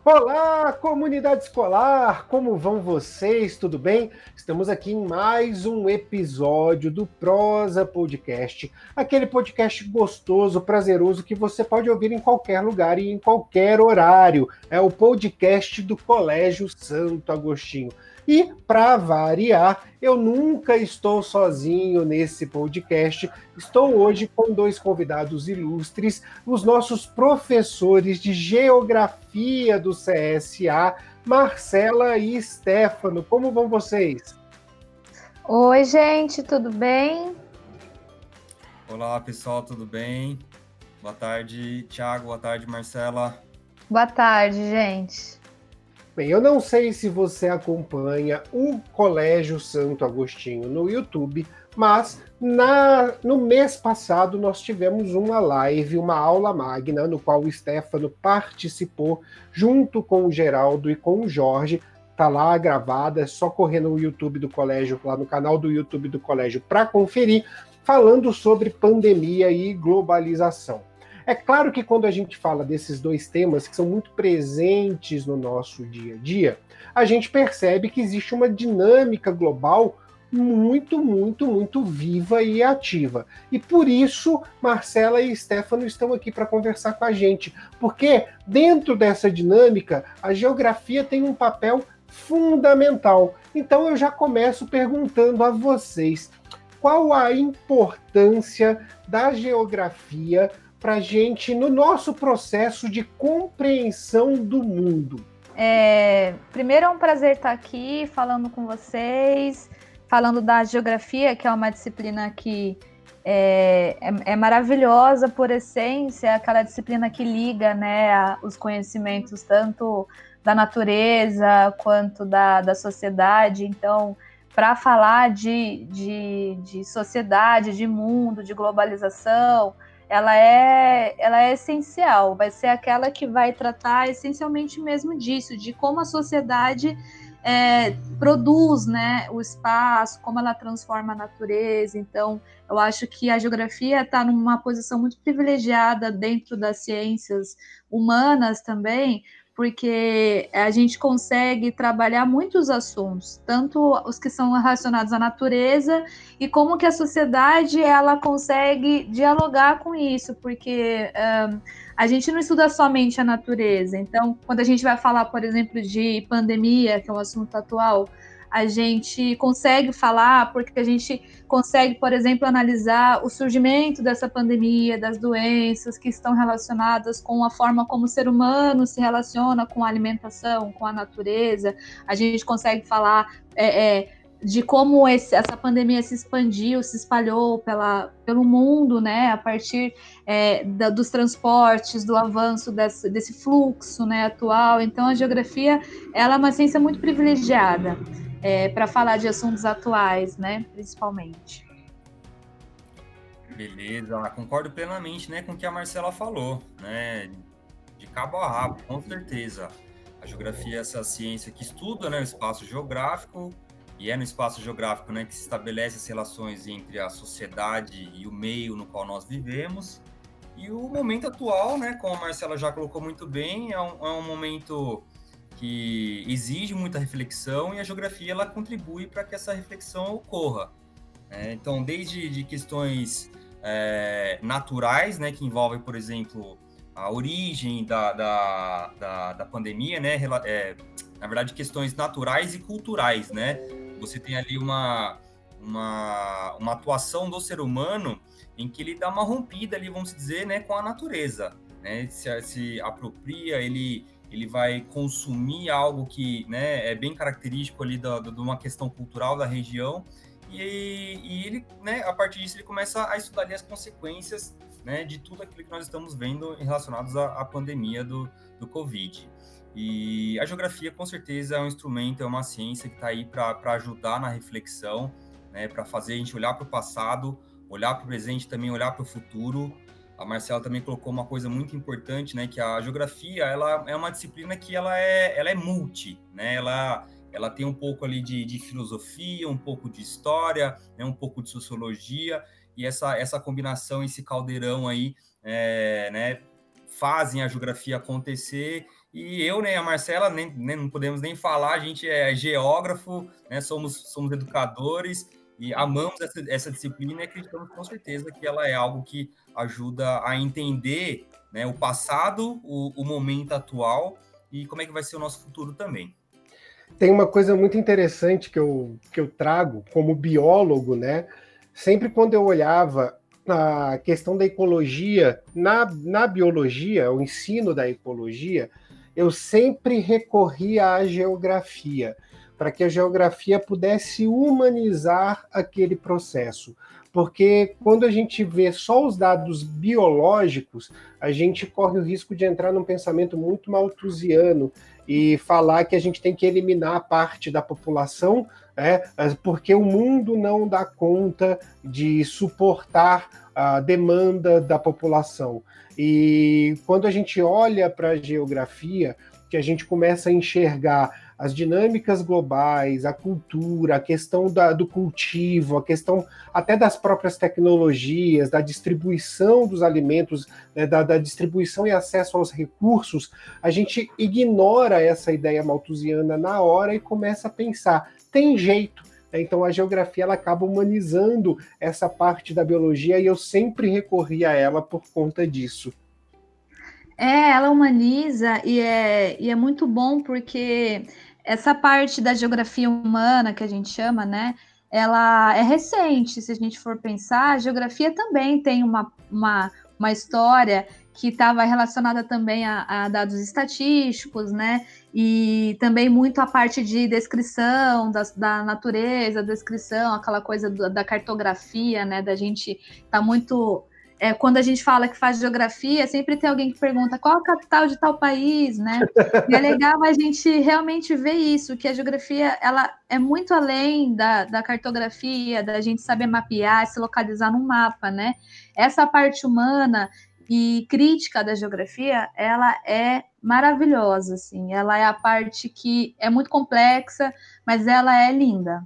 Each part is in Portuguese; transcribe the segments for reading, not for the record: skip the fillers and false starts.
Olá, comunidade escolar! Como vão vocês? Tudo bem? Estamos aqui em mais um episódio do Prosa Podcast, aquele podcast gostoso, prazeroso que você pode ouvir em qualquer lugar e em qualquer horário. É o podcast do Colégio Santo Agostinho. E, para variar, eu nunca estou sozinho nesse podcast. Estou hoje com dois convidados ilustres, os nossos professores de Geografia do CSA, Marcela e Stefano. Como vão vocês? Oi, gente, tudo bem? Olá, pessoal, tudo bem? Boa tarde, Thiago. Boa tarde, Marcela. Boa tarde, gente. Bem, eu não sei se você acompanha o Colégio Santo Agostinho no YouTube, mas no mês passado nós tivemos uma live, uma aula magna, no qual o Stefano participou junto com o Geraldo e com o Jorge. Tá lá gravada, é só correr no YouTube do colégio, lá no canal do YouTube do colégio para conferir, falando sobre pandemia e globalização. É claro que quando a gente fala desses dois temas que são muito presentes no nosso dia a dia, a gente percebe que existe uma dinâmica global muito viva e ativa. E por isso, Marcela e Stefano estão aqui para conversar com a gente, porque dentro dessa dinâmica, a geografia tem um papel fundamental. Então eu já começo perguntando a vocês, qual a importância da geografia para a gente no nosso processo de compreensão do mundo? Primeiro é um prazer estar aqui falando com vocês, falando da geografia, que é uma disciplina que é maravilhosa por essência, aquela disciplina que liga, né, os conhecimentos tanto da natureza quanto da sociedade. Então, para falar de sociedade, de mundo, de globalização, ela é essencial, vai ser aquela que vai tratar essencialmente mesmo disso, de como a sociedade produz, né, o espaço, como ela transforma a natureza. Então, eu acho que a geografia está numa posição muito privilegiada dentro das ciências humanas também, porque a gente consegue trabalhar muitos assuntos, tanto os que são relacionados à natureza e como que a sociedade ela consegue dialogar com isso, porque a gente não estuda somente a natureza. Então, quando a gente vai falar, por exemplo, de pandemia, que é um assunto atual, a gente consegue falar porque a gente consegue, por exemplo, analisar o surgimento dessa pandemia, das doenças que estão relacionadas com a forma como o ser humano se relaciona com a alimentação, com a natureza. A gente consegue falar de como essa pandemia se expandiu, se espalhou pelo mundo, né, a partir dos transportes, do avanço desse fluxo, né, atual. Então, a geografia ela é uma ciência muito privilegiada para falar de assuntos atuais, né, principalmente. Beleza, concordo plenamente, né, com o que a Marcela falou, né, de cabo a rabo, com certeza. A geografia é essa ciência que estuda, né, o espaço geográfico, e é no espaço geográfico, né, que se estabelece as relações entre a sociedade e o meio no qual nós vivemos. E o momento atual, né, como a Marcela já colocou muito bem, é um momento que exige muita reflexão, e a geografia ela contribui para que essa reflexão ocorra. Então, desde de questões naturais, né, que envolvem, por exemplo, a origem da pandemia, né, na verdade, questões naturais e culturais, né? Você tem ali uma atuação do ser humano em que ele dá uma rompida ali, vamos dizer, né, com a natureza, né? Se apropria, ele vai consumir algo que, né, é bem característico ali de uma questão cultural da região, e ele, né, a partir disso, ele começa a estudar ali as consequências, né, de tudo aquilo que nós estamos vendo relacionados à pandemia do Covid. E a geografia, com certeza, é um instrumento, é uma ciência que está aí para ajudar na reflexão, né, para fazer a gente olhar para o passado, olhar para o presente, também olhar para o futuro. A Marcela também colocou uma coisa muito importante, né, que a geografia ela é uma disciplina que ela é multi, né, ela tem um pouco ali de filosofia, um pouco de história, né, um pouco de sociologia, e essa combinação, esse caldeirão aí, né, fazem a geografia acontecer, E eu, né, a Marcela, não podemos nem falar, a gente é geógrafo, né, somos educadores e amamos essa disciplina e acreditamos com certeza que ela é algo que ajuda a entender, né, o passado, o momento atual e como é que vai ser o nosso futuro também. Tem uma coisa muito interessante que eu trago como biólogo, né? Sempre quando eu olhava a questão da ecologia na biologia, o ensino da ecologia, eu sempre recorria à geografia, para que a geografia pudesse humanizar aquele processo. Porque quando a gente vê só os dados biológicos, a gente corre o risco de entrar num pensamento muito malthusiano e falar que a gente tem que eliminar parte da população, porque o mundo não dá conta de suportar a demanda da população. E quando a gente olha para a geografia, que a gente começa a enxergar as dinâmicas globais, a cultura, a questão do cultivo, a questão até das próprias tecnologias, da distribuição dos alimentos, né, da distribuição e acesso aos recursos, a gente ignora essa ideia malthusiana na hora e começa a pensar, tem jeito. Então a geografia ela acaba humanizando essa parte da biologia e eu sempre recorri a ela por conta disso. Ela humaniza e é muito bom porque essa parte da geografia humana que a gente chama, né? Ela é recente, se a gente for pensar, a geografia também tem uma história que estava relacionada também a dados estatísticos, né? E também muito a parte de descrição da natureza, descrição, aquela coisa da cartografia, né? Da gente tá muito... quando a gente fala que faz geografia, sempre tem alguém que pergunta qual a capital de tal país, né? E é legal a gente realmente ver isso, que a geografia ela é muito além da cartografia, da gente saber mapear, se localizar num mapa, né? Essa parte humana e crítica da geografia, ela é maravilhosa, assim. Ela é a parte que é muito complexa, mas ela é linda.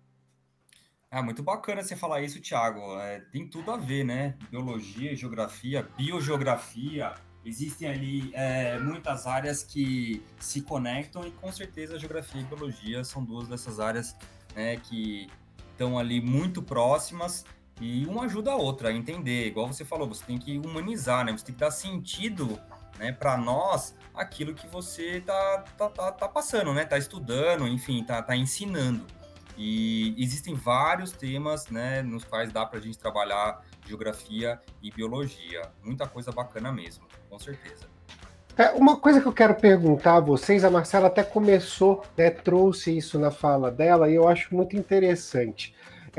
Muito bacana você falar isso, Thiago. Tem tudo a ver, né? Biologia, geografia, biogeografia. Existem ali muitas áreas que se conectam e com certeza a geografia e biologia são duas dessas áreas, né, que estão ali muito próximas e uma ajuda a outra a entender. Igual você falou, você tem que humanizar, né? Você tem que dar sentido, né, para nós aquilo que você tá passando, né? Tá estudando, enfim, tá ensinando. E existem vários temas, né, nos quais dá para a gente trabalhar geografia e biologia. Muita coisa bacana mesmo, com certeza. Uma coisa que eu quero perguntar a vocês, a Marcela até começou, né, trouxe isso na fala dela, e eu acho muito interessante.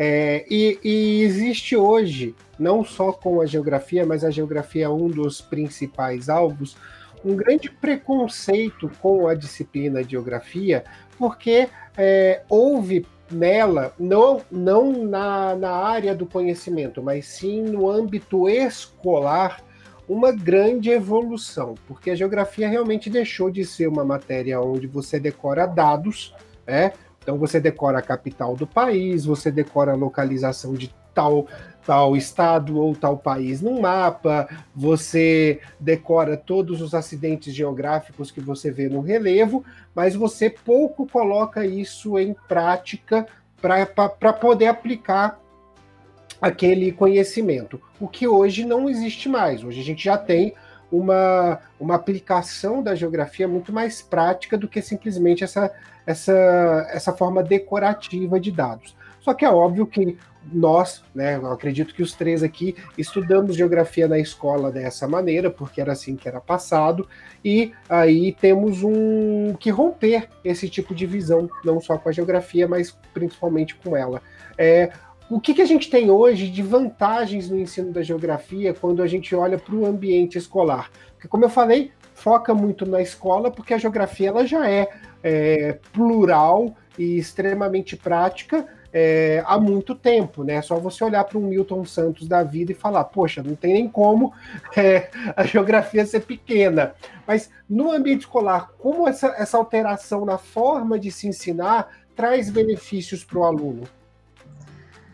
E existe hoje, não só com a geografia, mas a geografia é um dos principais alvos, um grande preconceito com a disciplina de geografia, porque houve nela, não na área do conhecimento, mas sim no âmbito escolar, uma grande evolução, porque a geografia realmente deixou de ser uma matéria onde você decora dados, então você decora a capital do país, você decora a localização de tal estado ou tal país no mapa, você decora todos os acidentes geográficos que você vê no relevo, mas você pouco coloca isso em prática para poder aplicar aquele conhecimento, o que hoje não existe mais. Hoje a gente já tem uma aplicação da geografia muito mais prática do que simplesmente essa forma decorativa de dados. Só que é óbvio que nós, né, eu acredito que os três aqui estudamos geografia na escola dessa maneira, porque era assim que era passado, e aí temos que romper esse tipo de visão, não só com a geografia, mas principalmente com ela. O que a gente tem hoje de vantagens no ensino da geografia quando a gente olha para o ambiente escolar? Porque, como eu falei, foca muito na escola, porque a geografia ela já é plural e extremamente prática há muito tempo, né? É só você olhar para um Milton Santos da vida e falar, poxa, não tem nem como a geografia ser pequena. Mas no ambiente escolar, como essa alteração na forma de se ensinar traz benefícios para o aluno?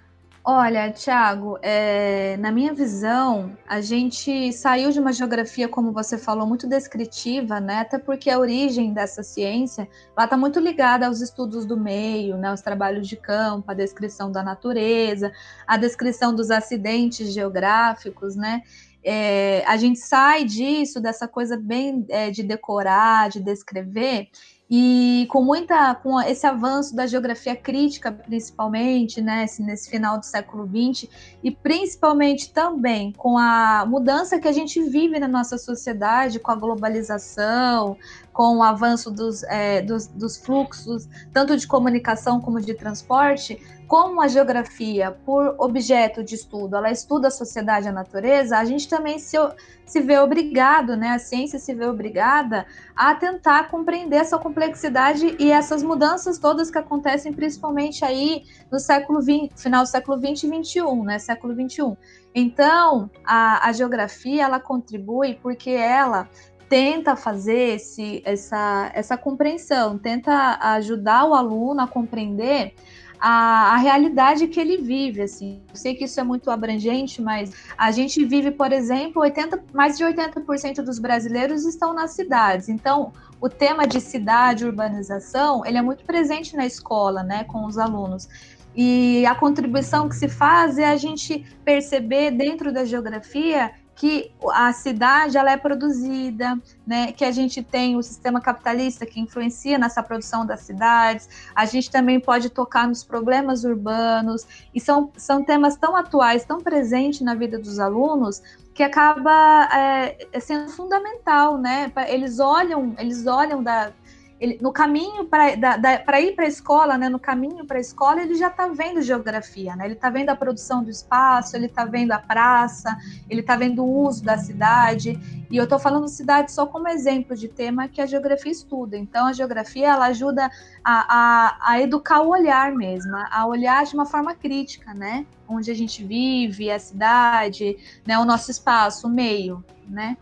Olha, Thiago, na minha visão, a gente saiu de uma geografia, como você falou, muito descritiva, né? Até porque a origem dessa ciência está muito ligada aos estudos do meio, né? Os trabalhos de campo, a descrição da natureza, a descrição dos acidentes geográficos, né? A gente sai disso, dessa coisa bem de decorar, de descrever, e com esse avanço da geografia crítica, principalmente, né, nesse final do século XX, e principalmente também com a mudança que a gente vive na nossa sociedade, com a globalização, com o avanço dos fluxos, tanto de comunicação como de transporte, como a geografia, por objeto de estudo, ela estuda a sociedade e a natureza, a gente também se vê obrigado, né, a ciência se vê obrigada a tentar compreender essa complexidade e essas mudanças todas que acontecem principalmente aí no século XX, final do século XX e XXI, né, século XXI. Então, a geografia, ela contribui porque ela tenta fazer essa compreensão, tenta ajudar o aluno a compreender a realidade que ele vive, assim. Eu sei que isso é muito abrangente, mas a gente vive, por exemplo, mais de 80% dos brasileiros estão nas cidades. Então, o tema de cidade, urbanização, ele é muito presente na escola, né, com os alunos. E a contribuição que se faz é a gente perceber dentro da geografia que a cidade ela é produzida, né? Que a gente tem o sistema capitalista que influencia nessa produção das cidades, a gente também pode tocar nos problemas urbanos, e são temas tão atuais, tão presentes na vida dos alunos, que acaba sendo fundamental, né? Eles olham no caminho para ir para a escola, né? No caminho para a escola, ele já está vendo geografia, né? Ele está vendo a produção do espaço, ele está vendo a praça, ele está vendo o uso da cidade. E eu estou falando cidade só como exemplo de tema que a geografia estuda. Então, a geografia ela ajuda a educar o olhar mesmo, a olhar de uma forma crítica, né? Onde a gente vive, a cidade, né? O nosso espaço, o meio, né?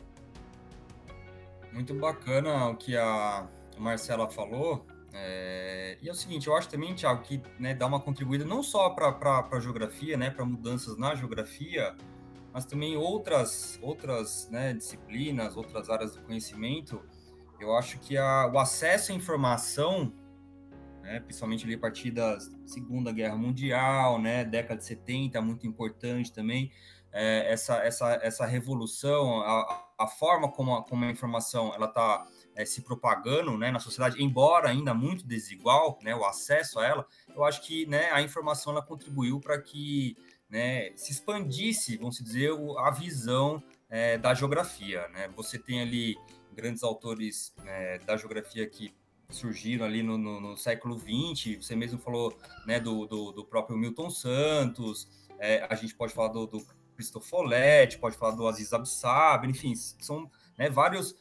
Muito bacana o que a Marcela falou, e é o seguinte, eu acho também, Thiago, que, né, dá uma contribuída não só para a geografia, né, para mudanças na geografia, mas também outras né, disciplinas, outras áreas do conhecimento. Eu acho que o acesso à informação, né, principalmente ali a partir da Segunda Guerra Mundial, né, década de 70, muito importante também, essa revolução, a forma como a informação ela está se propagando, né, na sociedade, embora ainda muito desigual, né, o acesso a ela, eu acho que, né, a informação ela contribuiu para que, né, se expandisse, vamos dizer, a visão da geografia, né? Você tem ali grandes autores da geografia que surgiram ali no século XX, você mesmo falou, né, do próprio Milton Santos, a gente pode falar do Christophe Folletti, pode falar do Aziz Absaab, enfim, são, né, vários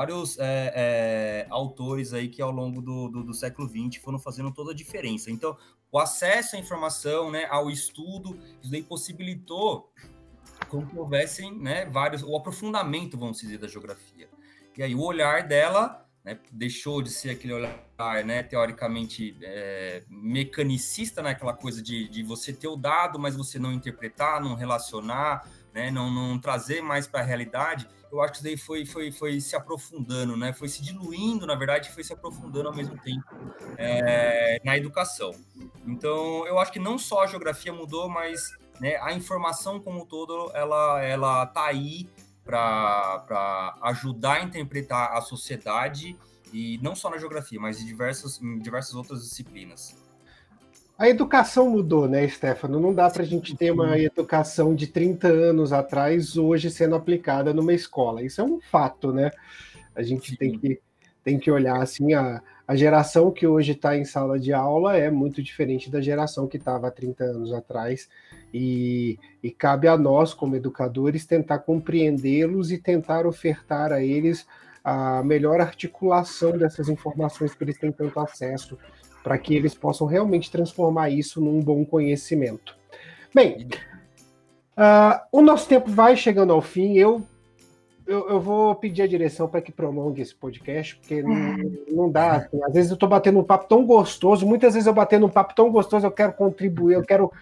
autores aí que ao longo do século XX foram fazendo toda a diferença. Então, o acesso à informação, né, ao estudo, isso daí possibilitou com que houvessem, né, o aprofundamento, vamos dizer, da geografia. E aí o olhar dela, né, deixou de ser aquele olhar, né, teoricamente mecanicista, né, aquela coisa de você ter o dado, mas você não interpretar, não relacionar, né, não trazer mais para a realidade. Eu acho que isso daí foi se aprofundando, né, foi se diluindo, na verdade, foi se aprofundando ao mesmo tempo na educação. Então, eu acho que não só a geografia mudou, mas, né, a informação como um todo, ela tá aí para ajudar a interpretar a sociedade, e não só na geografia, mas em diversas outras disciplinas. A educação mudou, né, Stefano? Não dá para a gente ter uma educação de 30 anos atrás hoje sendo aplicada numa escola. Isso é um fato, né? A gente tem que olhar assim, a geração que hoje está em sala de aula é muito diferente da geração que estava há 30 anos atrás, e cabe a nós, como educadores, tentar compreendê-los e tentar ofertar a eles a melhor articulação dessas informações que eles têm tanto acesso, para que eles possam realmente transformar isso num bom conhecimento. Bem, o nosso tempo vai chegando ao fim. Eu vou pedir à direção para que prolongue esse podcast, porque não dá. Assim, às vezes eu estou batendo um papo tão gostoso, muitas vezes eu batendo um papo tão gostoso, eu quero contribuir, eu quero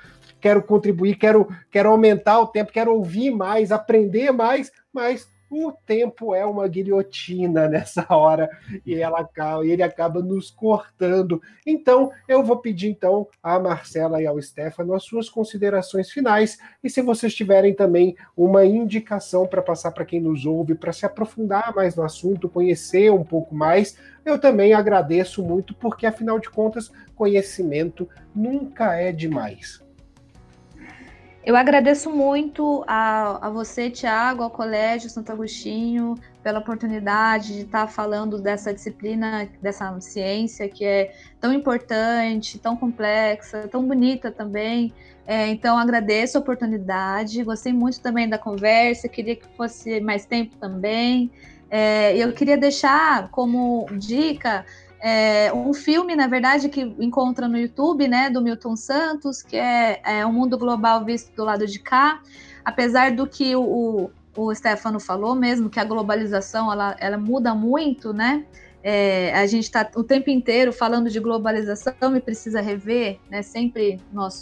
quero contribuir, quero aumentar o tempo, quero ouvir mais, aprender mais, mas o tempo é uma guilhotina nessa hora e ele acaba nos cortando. Então, eu vou pedir então à Marcela e ao Stefano as suas considerações finais e se vocês tiverem também uma indicação para passar para quem nos ouve, para se aprofundar mais no assunto, conhecer um pouco mais, eu também agradeço muito, porque afinal de contas, conhecimento nunca é demais. Eu agradeço muito a você, Tiago, ao Colégio Santo Agostinho, pela oportunidade de estar falando dessa disciplina, dessa ciência que é tão importante, tão complexa, tão bonita também. Então, agradeço a oportunidade, gostei muito também da conversa, queria que fosse mais tempo também. Eu queria deixar como dica um filme, na verdade, que encontra no YouTube, né, do Milton Santos, que é Um Mundo Global Visto do Lado de Cá. Apesar do que o Stefano falou mesmo, que a globalização ela muda muito, né? A gente está o tempo inteiro falando de globalização e precisa rever, né, sempre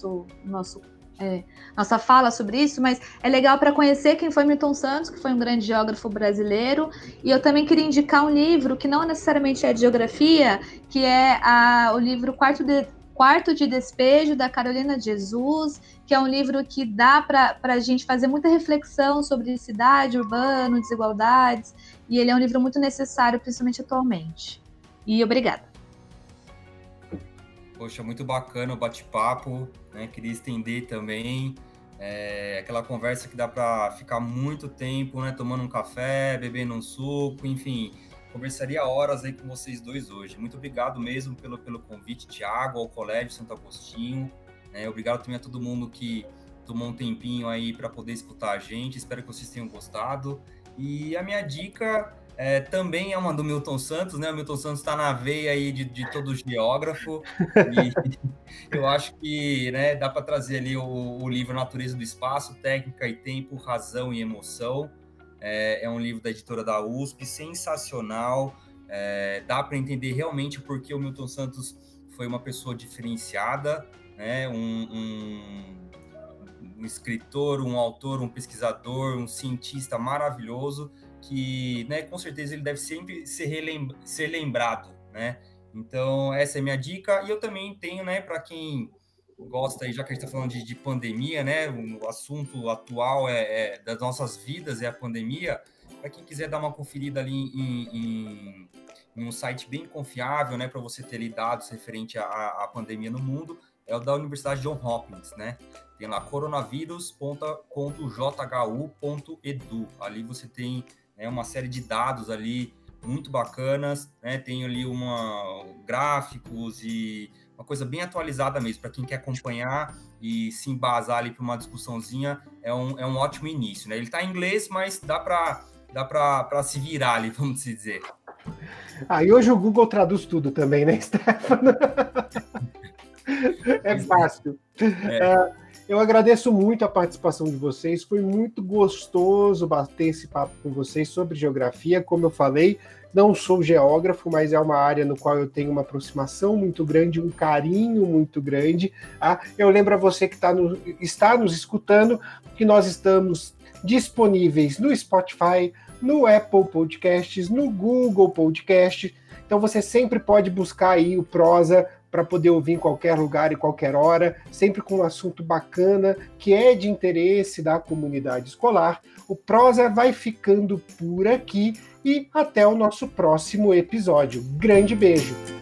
nossa fala sobre isso, mas é legal para conhecer quem foi Milton Santos, que foi um grande geógrafo brasileiro. E eu também queria indicar um livro que não necessariamente é de geografia, que é o livro Quarto de Despejo, da Carolina de Jesus, que é um livro que dá para a gente fazer muita reflexão sobre cidade, urbano, desigualdades, e ele é um livro muito necessário, principalmente atualmente. E obrigada. Poxa, muito bacana o bate-papo, né? Queria estender também aquela conversa que dá para ficar muito tempo, né? Tomando um café, bebendo um suco, enfim, conversaria horas aí com vocês dois hoje. Muito obrigado mesmo pelo convite, Tiago, ao Colégio Santo Agostinho. Obrigado também a todo mundo que tomou um tempinho aí para poder escutar a gente. Espero que vocês tenham gostado. E a minha dica também é uma do Milton Santos, né? O Milton Santos está na veia aí de todo geógrafo. E eu acho que, né, dá para trazer ali o livro Natureza do Espaço, Técnica e Tempo, Razão e Emoção. É um livro da editora da USP, sensacional. Dá para entender realmente o porquê o Milton Santos foi uma pessoa diferenciada, né? Um escritor, um autor, um pesquisador, um cientista maravilhoso que, né, com certeza ele deve sempre ser lembrado, né? Então, essa é a minha dica. E eu também tenho, né, para quem gosta, já que a gente está falando de pandemia, né? O assunto atual das nossas vidas é a pandemia. Para quem quiser dar uma conferida ali em um site bem confiável, né, para você ter ali dados referente à pandemia no mundo, é o da Universidade Johns Hopkins, né? Tem lá coronavírus.jhu.edu. Ali você tem uma série de dados ali muito bacanas, né? Tem ali gráficos e uma coisa bem atualizada mesmo, para quem quer acompanhar e se embasar ali para uma discussãozinha, é um ótimo início, né? Ele está em inglês, mas dá para se virar ali, vamos dizer. E hoje o Google traduz tudo também, né, Stefano? É fácil. Eu agradeço muito a participação de vocês, foi muito gostoso bater esse papo com vocês sobre geografia. Como eu falei, não sou geógrafo, mas é uma área no qual eu tenho uma aproximação muito grande, um carinho muito grande. Eu lembro a você que está nos escutando que nós estamos disponíveis no Spotify, no Apple Podcasts, no Google Podcast. Então você sempre pode buscar aí o Prosa para poder ouvir em qualquer lugar e qualquer hora, sempre com um assunto bacana que é de interesse da comunidade escolar. O Prosa vai ficando por aqui e até o nosso próximo episódio. Grande beijo!